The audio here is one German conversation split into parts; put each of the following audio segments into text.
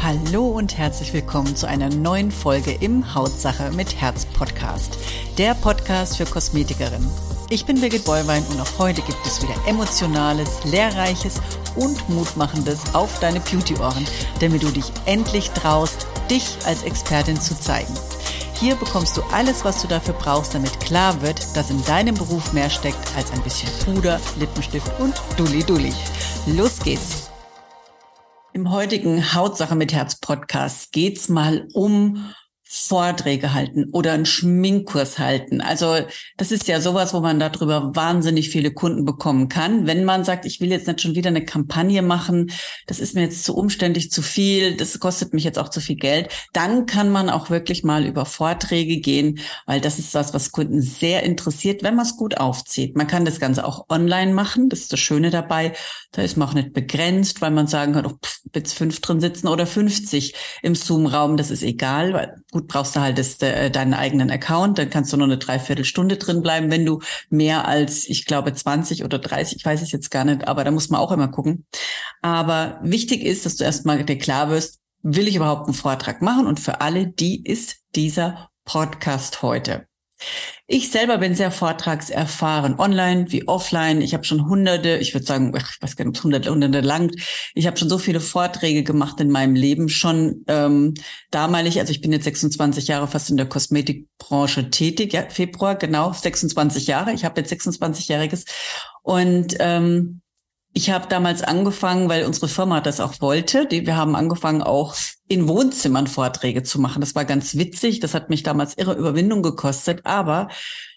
Hallo und herzlich willkommen zu einer neuen Folge im Hautsache mit Herz Podcast, der Podcast für Kosmetikerinnen. Ich bin Birgit Bollwein und auch heute gibt es wieder emotionales, lehrreiches und mutmachendes auf deine Beauty-Ohren, damit du dich endlich traust, dich als Expertin zu zeigen. Hier bekommst du alles, was du dafür brauchst, damit klar wird, dass in deinem Beruf mehr steckt als ein bisschen Puder, Lippenstift und Dulli-Dulli. Los geht's! Im heutigen Hautsache mit Herz Podcast geht's mal um Vorträge halten oder einen Schminkkurs halten. Also das ist ja sowas, wo man darüber wahnsinnig viele Kunden bekommen kann. Wenn man sagt, ich will jetzt nicht schon wieder eine Kampagne machen, das ist mir jetzt zu umständlich, zu viel, das kostet mich jetzt auch zu viel Geld, dann kann man auch wirklich mal über Vorträge gehen, weil das ist was Kunden sehr interessiert, wenn man es gut aufzieht. Man kann das Ganze auch online machen, das ist das Schöne dabei. Da ist man auch nicht begrenzt, weil man sagen kann, jetzt 5 drin sitzen oder 50 im Zoom-Raum, das ist egal, weil gut, brauchst du halt deinen eigenen Account, dann kannst du nur eine Dreiviertelstunde drin bleiben, wenn du mehr als, ich glaube, 20 oder 30, ich weiß es jetzt gar nicht, aber da muss man auch immer gucken. Aber wichtig ist, dass du erstmal dir klar wirst, will ich überhaupt einen Vortrag machen? Und für alle, die ist dieser Podcast heute. Ich selber bin sehr vortragserfahren, online wie offline. Ich habe schon hunderte, ich würde sagen, ich weiß gar nicht, ob es hunderte langt. Ich habe schon so viele Vorträge gemacht in meinem Leben, schon damalig, also ich bin jetzt 26 Jahre fast in der Kosmetikbranche tätig, ja, Februar, genau, 26 Jahre. Ich habe jetzt 26-Jähriges und ich habe damals angefangen, weil unsere Firma das auch wollte. Wir haben angefangen, auch in Wohnzimmern Vorträge zu machen. Das war ganz witzig. Das hat mich damals irre Überwindung gekostet. Aber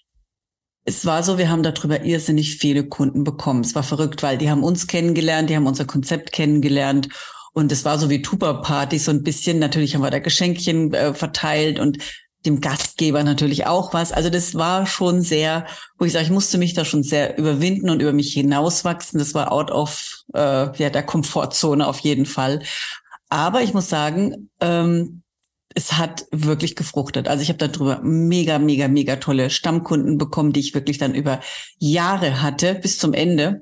es war so, wir haben darüber irrsinnig viele Kunden bekommen. Es war verrückt, weil die haben uns kennengelernt, die haben unser Konzept kennengelernt. Und es war so wie Tupperparty, so ein bisschen. Natürlich haben wir da Geschenkchen verteilt und dem Gastgeber natürlich auch was. Also das war schon sehr, wo ich sage, ich musste mich da schon sehr überwinden und über mich hinauswachsen. Das war out of der Komfortzone auf jeden Fall. Aber ich muss sagen, es hat wirklich gefruchtet. Also ich habe darüber mega tolle Stammkunden bekommen, die ich wirklich dann über Jahre hatte, bis zum Ende.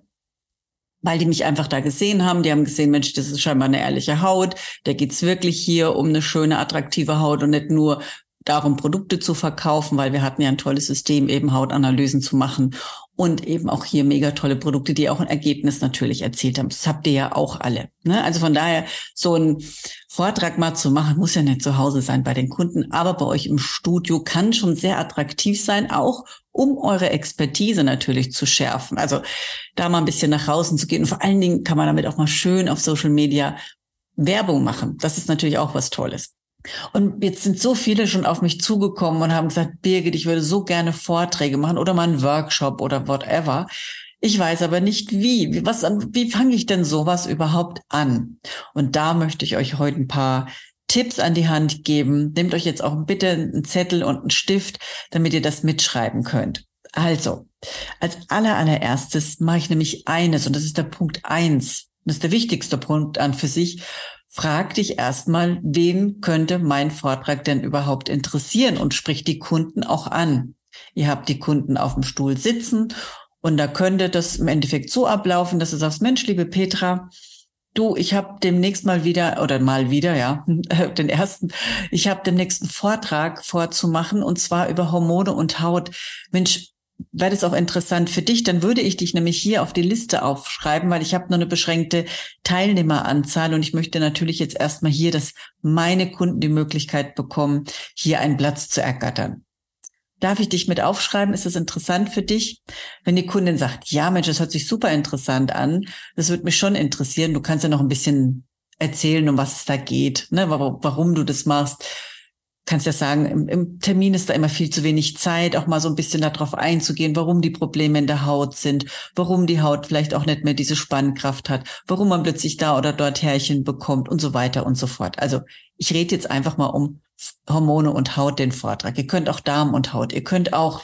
Weil die mich einfach da gesehen haben. Die haben gesehen, Mensch, das ist scheinbar eine ehrliche Haut. Da geht's wirklich hier um eine schöne, attraktive Haut und nicht nur darum, Produkte zu verkaufen, weil wir hatten ja ein tolles System, eben Hautanalysen zu machen und eben auch hier mega tolle Produkte, die auch ein Ergebnis natürlich erzielt haben. Das habt ihr ja auch alle, ne? Also von daher, so einen Vortrag mal zu machen, muss ja nicht zu Hause sein bei den Kunden, aber bei euch im Studio kann schon sehr attraktiv sein, auch um eure Expertise natürlich zu schärfen. Also da mal ein bisschen nach draußen zu gehen und vor allen Dingen kann man damit auch mal schön auf Social Media Werbung machen. Das ist natürlich auch was Tolles. Und jetzt sind so viele schon auf mich zugekommen und haben gesagt, Birgit, ich würde so gerne Vorträge machen oder mal einen Workshop oder whatever. Ich weiß aber nicht wie. Wie fange ich denn sowas überhaupt an? Und da möchte ich euch heute ein paar Tipps an die Hand geben. Nehmt euch jetzt auch bitte einen Zettel und einen Stift, damit ihr das mitschreiben könnt. Also, als allererstes mache ich nämlich eines und das ist der Punkt 1. Das ist der wichtigste Punkt an für sich. Frag dich erstmal, wen könnte mein Vortrag denn überhaupt interessieren und sprich die Kunden auch an. Ihr habt die Kunden auf dem Stuhl sitzen und da könnte das im Endeffekt so ablaufen, dass du sagst, Mensch, liebe Petra, du, ich habe demnächst mal wieder, ja, den ersten, ich habe demnächst einen Vortrag vorzumachen und zwar über Hormone und Haut. Mensch, wäre das auch interessant für dich, dann würde ich dich nämlich hier auf die Liste aufschreiben, weil ich habe nur eine beschränkte Teilnehmeranzahl und ich möchte natürlich jetzt erstmal hier, dass meine Kunden die Möglichkeit bekommen, hier einen Platz zu ergattern. Darf ich dich mit aufschreiben? Ist das interessant für dich? Wenn die Kundin sagt, ja Mensch, das hört sich super interessant an, das würde mich schon interessieren, du kannst ja noch ein bisschen erzählen, um was es da geht, ne? Warum du das machst. Kannst ja sagen, im Termin ist da immer viel zu wenig Zeit, auch mal so ein bisschen darauf einzugehen, warum die Probleme in der Haut sind, warum die Haut vielleicht auch nicht mehr diese Spannkraft hat, warum man plötzlich da oder dort Härchen bekommt und so weiter und so fort. Also ich rede jetzt einfach mal um Hormone und Haut den Vortrag. Ihr könnt auch Darm und Haut, ihr könnt auch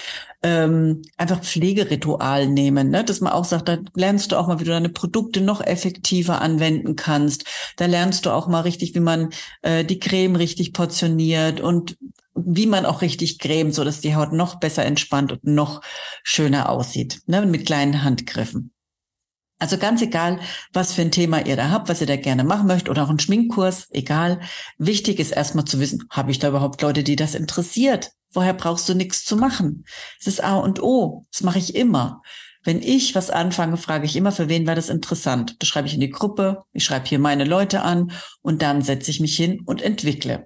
einfach Pflegeritual nehmen, ne? Dass man auch sagt, da lernst du auch mal, wie du deine Produkte noch effektiver anwenden kannst. Da lernst du auch mal richtig, wie man die Creme richtig portioniert und wie man auch richtig cremt, so dass die Haut noch besser entspannt und noch schöner aussieht, ne? Mit kleinen Handgriffen. Also ganz egal, was für ein Thema ihr da habt, was ihr da gerne machen möchtet oder auch einen Schminkkurs, egal. Wichtig ist erstmal zu wissen, habe ich da überhaupt Leute, die das interessiert? Vorher brauchst du nichts zu machen. Es ist A und O. Das mache ich immer. Wenn ich was anfange, frage ich immer, für wen war das interessant? Das schreibe ich in die Gruppe, ich schreibe hier meine Leute an und dann setze ich mich hin und entwickle.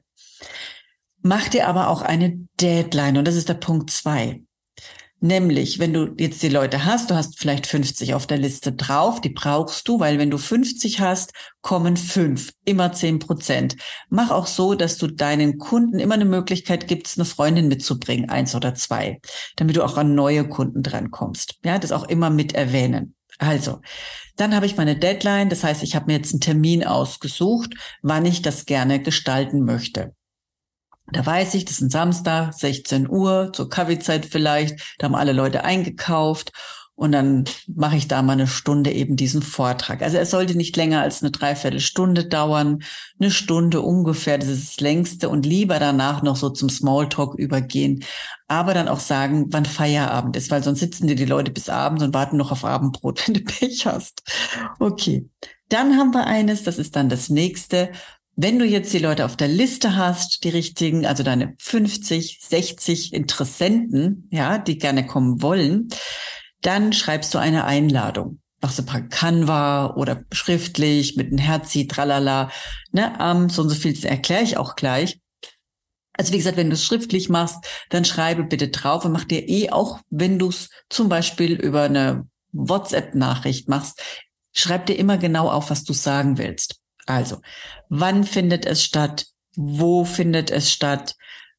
Mach dir aber auch eine Deadline und das ist der Punkt 2. Nämlich, wenn du jetzt die Leute hast, du hast vielleicht 50 auf der Liste drauf, die brauchst du, weil wenn du 50 hast, kommen 5, immer 10%. Mach auch so, dass du deinen Kunden immer eine Möglichkeit gibst, eine Freundin mitzubringen, 1 oder 2, damit du auch an neue Kunden drankommst. Ja, das auch immer mit erwähnen. Also, dann habe ich meine Deadline, das heißt, ich habe mir jetzt einen Termin ausgesucht, wann ich das gerne gestalten möchte. Da weiß ich, das ist ein Samstag, 16 Uhr, zur Kaffeezeit vielleicht, da haben alle Leute eingekauft und dann mache ich da mal eine Stunde eben diesen Vortrag. Also er sollte nicht länger als eine Dreiviertelstunde dauern, eine Stunde ungefähr, das ist das längste und lieber danach noch so zum Smalltalk übergehen, aber dann auch sagen, wann Feierabend ist, weil sonst sitzen dir die Leute bis abends und warten noch auf Abendbrot, wenn du Pech hast. Okay, dann haben wir eines, das ist dann das nächste. Wenn du jetzt die Leute auf der Liste hast, die richtigen, also deine 50, 60 Interessenten, ja, die gerne kommen wollen, dann schreibst du eine Einladung. Machst du per Canva oder schriftlich mit einem Herzi, tralala, ne, so und so viel erkläre ich auch gleich. Also wie gesagt, wenn du es schriftlich machst, dann schreibe bitte drauf und mach dir auch, wenn du es zum Beispiel über eine WhatsApp-Nachricht machst, schreib dir immer genau auf, was du sagen willst. Also, wann findet es statt? Wo findet es statt?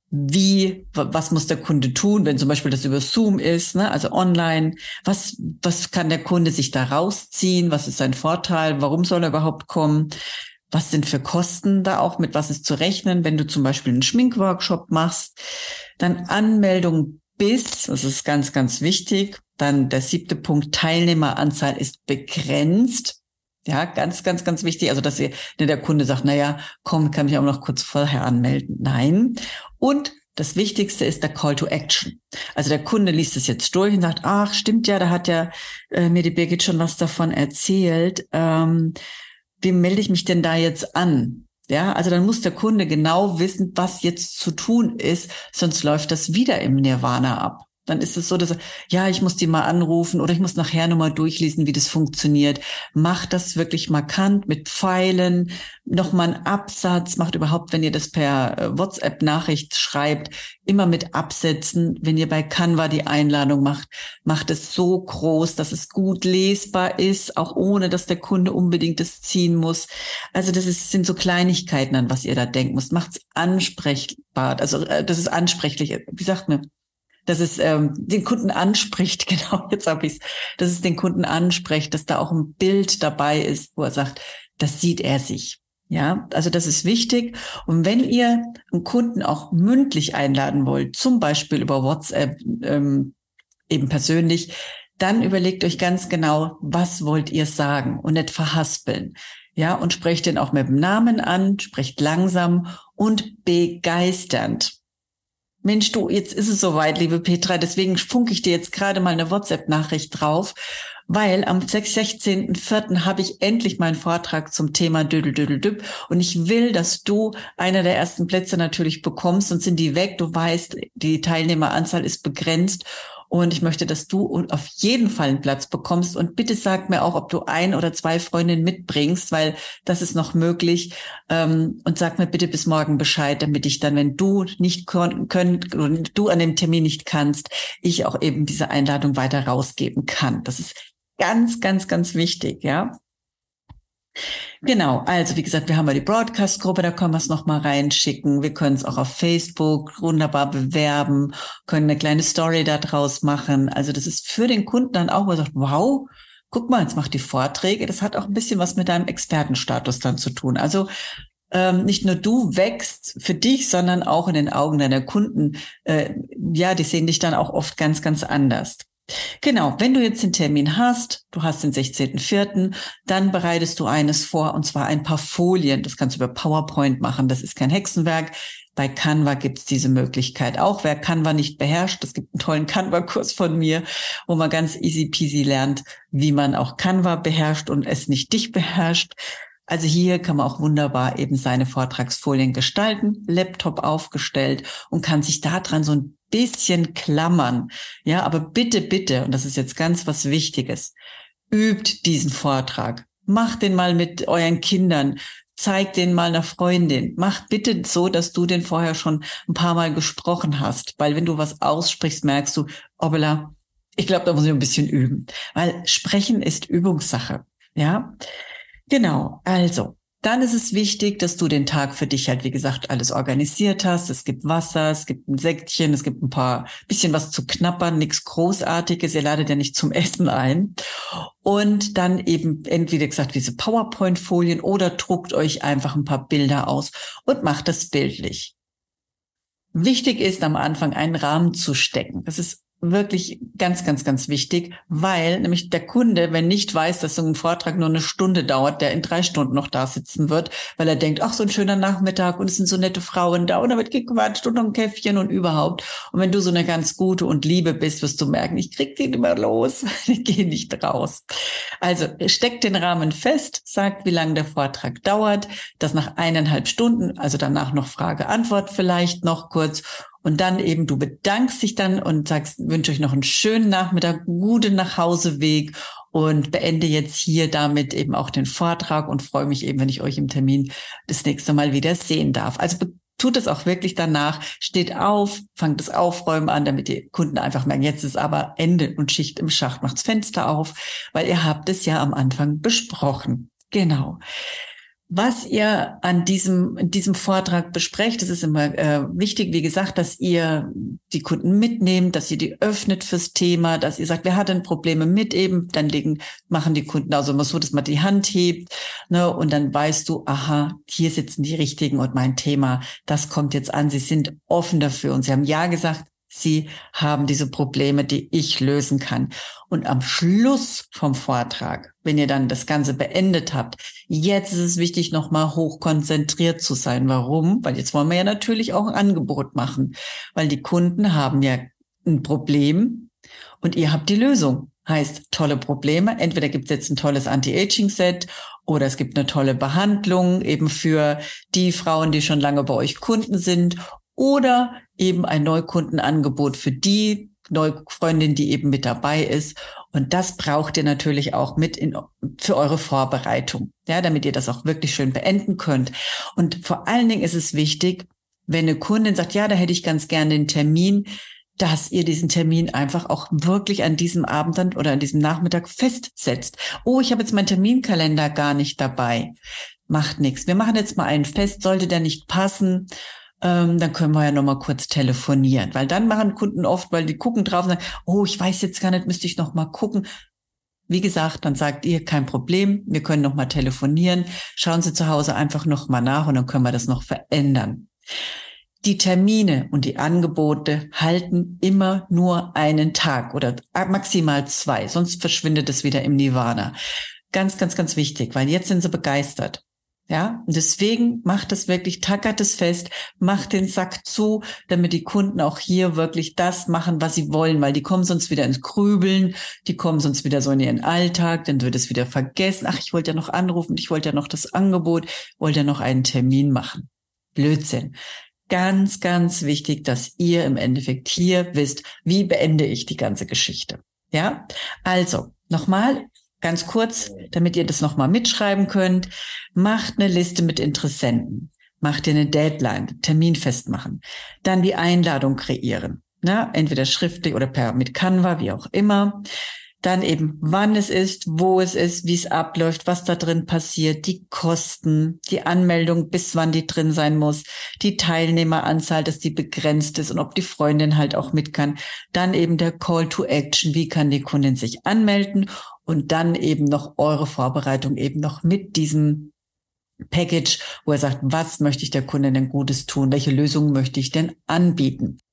Wie, was muss der Kunde tun, wenn zum Beispiel das über Zoom ist, ne? Also online? Was kann der Kunde sich da rausziehen? Was ist sein Vorteil? Warum soll er überhaupt kommen? Was sind für Kosten da auch? Mit was ist zu rechnen, wenn du zum Beispiel einen Schminkworkshop machst? Dann Anmeldung bis, das ist ganz, ganz wichtig. Dann der 7. Punkt, Teilnehmeranzahl ist begrenzt. Ja, ganz, ganz, ganz wichtig. Also, dass der Kunde sagt, naja, komm, kann mich auch noch kurz vorher anmelden. Nein. Und das Wichtigste ist der Call to Action. Also der Kunde liest es jetzt durch und sagt, ach, stimmt ja, da hat ja mir die Birgit schon was davon erzählt. Wie melde ich mich denn da jetzt an? Ja, also dann muss der Kunde genau wissen, was jetzt zu tun ist, sonst läuft das wieder im Nirvana ab. Dann ist es so, dass ja, ich muss die mal anrufen oder ich muss nachher nochmal durchlesen, wie das funktioniert. Macht das wirklich markant mit Pfeilen, nochmal einen Absatz, macht überhaupt, wenn ihr das per WhatsApp-Nachricht schreibt, immer mit Absätzen. Wenn ihr bei Canva die Einladung macht, macht es so groß, dass es gut lesbar ist, auch ohne, dass der Kunde unbedingt es ziehen muss. Also sind so Kleinigkeiten, an was ihr da denken müsst. Macht's ansprechbar, also das ist ansprechlich. Wie sagt man? Dass es den Kunden anspricht, genau, jetzt habe ich es, dass es den Kunden anspricht, dass da auch ein Bild dabei ist, wo er sagt, das sieht er sich. Ja, also das ist wichtig. Und wenn ihr einen Kunden auch mündlich einladen wollt, zum Beispiel über WhatsApp, eben persönlich, dann überlegt euch ganz genau, was wollt ihr sagen und nicht verhaspeln. Ja, und sprecht den auch mit dem Namen an, sprecht langsam und begeisternd. Mensch, du, jetzt ist es soweit, liebe Petra, deswegen funke ich dir jetzt gerade mal eine WhatsApp-Nachricht drauf, weil am 16.04. habe ich endlich meinen Vortrag zum Thema Dödel und ich will, dass du einer der ersten Plätze natürlich bekommst, sonst sind die weg. Du weißt, die Teilnehmeranzahl ist begrenzt und ich möchte, dass du auf jeden Fall einen Platz bekommst und bitte sag mir auch, ob du 1 oder 2 Freundinnen mitbringst, weil das ist noch möglich und sag mir bitte bis morgen Bescheid, damit ich dann, wenn du nicht du an dem Termin nicht kannst, ich auch eben diese Einladung weiter rausgeben kann. Das ist ganz, ganz, ganz wichtig, ja. Genau, also wie gesagt, wir haben ja die Broadcast-Gruppe, da können wir es nochmal reinschicken. Wir können es auch auf Facebook wunderbar bewerben, können eine kleine Story da draus machen. Also das ist für den Kunden dann auch, wo er sagt, wow, guck mal, jetzt macht die Vorträge. Das hat auch ein bisschen was mit deinem Expertenstatus dann zu tun. Also nicht nur du wächst für dich, sondern auch in den Augen deiner Kunden. Ja, die sehen dich dann auch oft ganz, ganz anders. Genau, wenn du jetzt den Termin hast, du hast den 16.04., dann bereitest du eines vor, und zwar ein paar Folien. Das kannst du über PowerPoint machen, das ist kein Hexenwerk. Bei Canva gibt's diese Möglichkeit auch. Wer Canva nicht beherrscht, es gibt einen tollen Canva-Kurs von mir, wo man ganz easy peasy lernt, wie man auch Canva beherrscht und es nicht dich beherrscht. Also hier kann man auch wunderbar eben seine Vortragsfolien gestalten, Laptop aufgestellt und kann sich daran so ein bisschen klammern. Ja, aber bitte, bitte, und das ist jetzt ganz was Wichtiges, übt diesen Vortrag. Macht den mal mit euren Kindern. Zeigt den mal einer Freundin. Macht bitte so, dass du den vorher schon ein paar Mal gesprochen hast. Weil wenn du was aussprichst, merkst du, Obela, ich glaube, da muss ich ein bisschen üben. Weil Sprechen ist Übungssache. Ja, genau. Also, dann ist es wichtig, dass du den Tag für dich halt, wie gesagt, alles organisiert hast. Es gibt Wasser, es gibt ein Säckchen, es gibt ein bisschen was zu knappern, nichts Großartiges. Ihr ladet ja nicht zum Essen ein. Und dann eben entweder gesagt diese PowerPoint-Folien oder druckt euch einfach ein paar Bilder aus und macht das bildlich. Wichtig ist am Anfang einen Rahmen zu stecken. Das ist wirklich ganz, ganz, ganz wichtig, weil nämlich der Kunde, wenn nicht weiß, dass so ein Vortrag nur eine Stunde dauert, der in 3 Stunden noch da sitzen wird, weil er denkt, ach, so ein schöner Nachmittag und es sind so nette Frauen da und da wird gequatscht und noch ein Käffchen und überhaupt. Und wenn du so eine ganz gute und liebe bist, wirst du merken, ich krieg die nicht mehr los, ich gehe nicht raus. Also steckt den Rahmen fest, sagt, wie lange der Vortrag dauert, das nach 1,5 Stunden, also danach noch Frage-Antwort vielleicht noch kurz. Und dann eben, du bedankst dich dann und sagst, wünsche euch noch einen schönen Nachmittag, guten Nachhauseweg und beende jetzt hier damit eben auch den Vortrag und freue mich eben, wenn ich euch im Termin das nächste Mal wieder sehen darf. Also tut es auch wirklich danach, steht auf, fangt das Aufräumen an, damit die Kunden einfach merken, jetzt ist aber Ende und Schicht im Schacht, macht's Fenster auf, weil ihr habt es ja am Anfang besprochen. Genau. Was ihr in diesem Vortrag besprecht, das ist immer wichtig, wie gesagt, dass ihr die Kunden mitnehmt, dass ihr die öffnet fürs Thema, dass ihr sagt, wer hat denn Probleme mit eben, dann machen die Kunden also immer so, dass man die Hand hebt, ne, und dann weißt du, aha, hier sitzen die Richtigen und mein Thema, das kommt jetzt an, sie sind offen dafür und sie haben ja gesagt, sie haben diese Probleme, die ich lösen kann. Und am Schluss vom Vortrag, wenn ihr dann das Ganze beendet habt, jetzt ist es wichtig, nochmal hochkonzentriert zu sein. Warum? Weil jetzt wollen wir ja natürlich auch ein Angebot machen. Weil die Kunden haben ja ein Problem und ihr habt die Lösung. Heißt, tolle Probleme. Entweder gibt es jetzt ein tolles Anti-Aging-Set oder es gibt eine tolle Behandlung eben für die Frauen, die schon lange bei euch Kunden sind. Oder eben ein Neukundenangebot für die Neufreundin, die eben mit dabei ist. Und das braucht ihr natürlich auch für eure Vorbereitung, ja, damit ihr das auch wirklich schön beenden könnt. Und vor allen Dingen ist es wichtig, wenn eine Kundin sagt, ja, da hätte ich ganz gerne den Termin, dass ihr diesen Termin einfach auch wirklich an diesem Abend dann oder an diesem Nachmittag festsetzt. Oh, ich habe jetzt meinen Terminkalender gar nicht dabei. Macht nichts. Wir machen jetzt mal einen fest. Sollte der nicht passen, dann können wir ja noch mal kurz telefonieren. Weil dann machen Kunden oft, weil die gucken drauf und sagen, oh, ich weiß jetzt gar nicht, müsste ich noch mal gucken. Wie gesagt, dann sagt ihr, kein Problem, wir können noch mal telefonieren. Schauen Sie zu Hause einfach noch mal nach und dann können wir das noch verändern. Die Termine und die Angebote halten immer nur einen Tag oder maximal 2, sonst verschwindet es wieder im Nirvana. Ganz, ganz, ganz wichtig, weil jetzt sind sie begeistert. Ja, und deswegen macht es wirklich, tackert es fest, macht den Sack zu, damit die Kunden auch hier wirklich das machen, was sie wollen, weil die kommen sonst wieder ins Grübeln, die kommen sonst wieder so in ihren Alltag, dann wird es wieder vergessen. Ach, ich wollte ja noch anrufen, ich wollte ja noch das Angebot, wollte ja noch einen Termin machen. Blödsinn. Ganz, ganz wichtig, dass ihr im Endeffekt hier wisst, wie beende ich die ganze Geschichte. Ja, also nochmal ganz kurz, damit ihr das nochmal mitschreiben könnt. Macht eine Liste mit Interessenten. Macht ihr eine Deadline, Termin festmachen. Dann die Einladung kreieren. Na, entweder schriftlich oder mit Canva, wie auch immer. Dann eben, wann es ist, wo es ist, wie es abläuft, was da drin passiert, die Kosten, die Anmeldung, bis wann die drin sein muss, die Teilnehmeranzahl, dass die begrenzt ist und ob die Freundin halt auch mit kann. Dann eben der Call to Action, wie kann die Kundin sich anmelden und dann eben noch eure Vorbereitung eben noch mit diesem Package, wo er sagt, was möchte ich der Kundin denn Gutes tun, welche Lösungen möchte ich denn anbieten.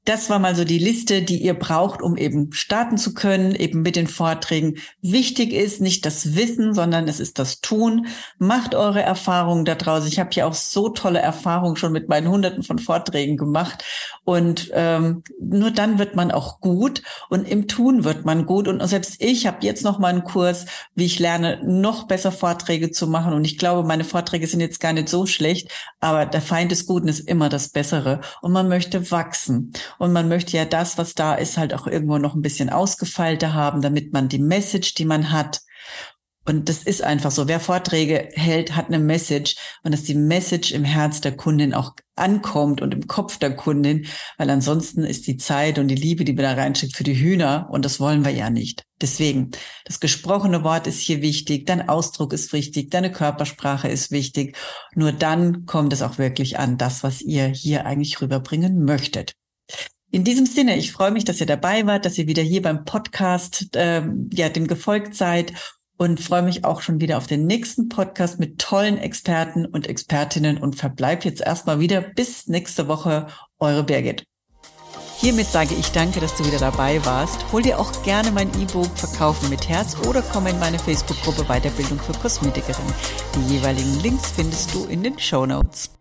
Das war mal so die Liste, die ihr braucht, um eben starten zu können, eben mit den Vorträgen. Wichtig ist nicht das Wissen, sondern es ist das Tun. Macht eure Erfahrungen da draußen. Ich habe ja auch so tolle Erfahrungen schon mit meinen Hunderten von Vorträgen gemacht. Und nur dann wird man auch gut und im Tun wird man gut. Und selbst ich habe jetzt noch mal einen Kurs, wie ich lerne, noch besser Vorträge zu machen. Und ich glaube, meine Vorträge sind jetzt gar nicht so schlecht, aber der Feind des Guten ist immer das Bessere. Und man möchte wachsen. Und man möchte ja das, was da ist, halt auch irgendwo noch ein bisschen ausgefeilter haben, damit man die Message, die man hat. Und das ist einfach so. Wer Vorträge hält, hat eine Message. Und dass die Message im Herz der Kundin auch ankommt und im Kopf der Kundin. Weil ansonsten ist die Zeit und die Liebe, die wir da reinschickt, für die Hühner. Und das wollen wir ja nicht. Deswegen, das gesprochene Wort ist hier wichtig. Dein Ausdruck ist wichtig. Deine Körpersprache ist wichtig. Nur dann kommt es auch wirklich an, das, was ihr hier eigentlich rüberbringen möchtet. In diesem Sinne, ich freue mich, dass ihr dabei wart, dass ihr wieder hier beim Podcast dem gefolgt seid und freue mich auch schon wieder auf den nächsten Podcast mit tollen Experten und Expertinnen und verbleibt jetzt erstmal wieder bis nächste Woche, eure Birgit. Hiermit sage ich danke, dass du wieder dabei warst. Hol dir auch gerne mein E-Book Verkaufen mit Herz oder komm in meine Facebook-Gruppe Weiterbildung für Kosmetikerin. Die jeweiligen Links findest du in den Shownotes.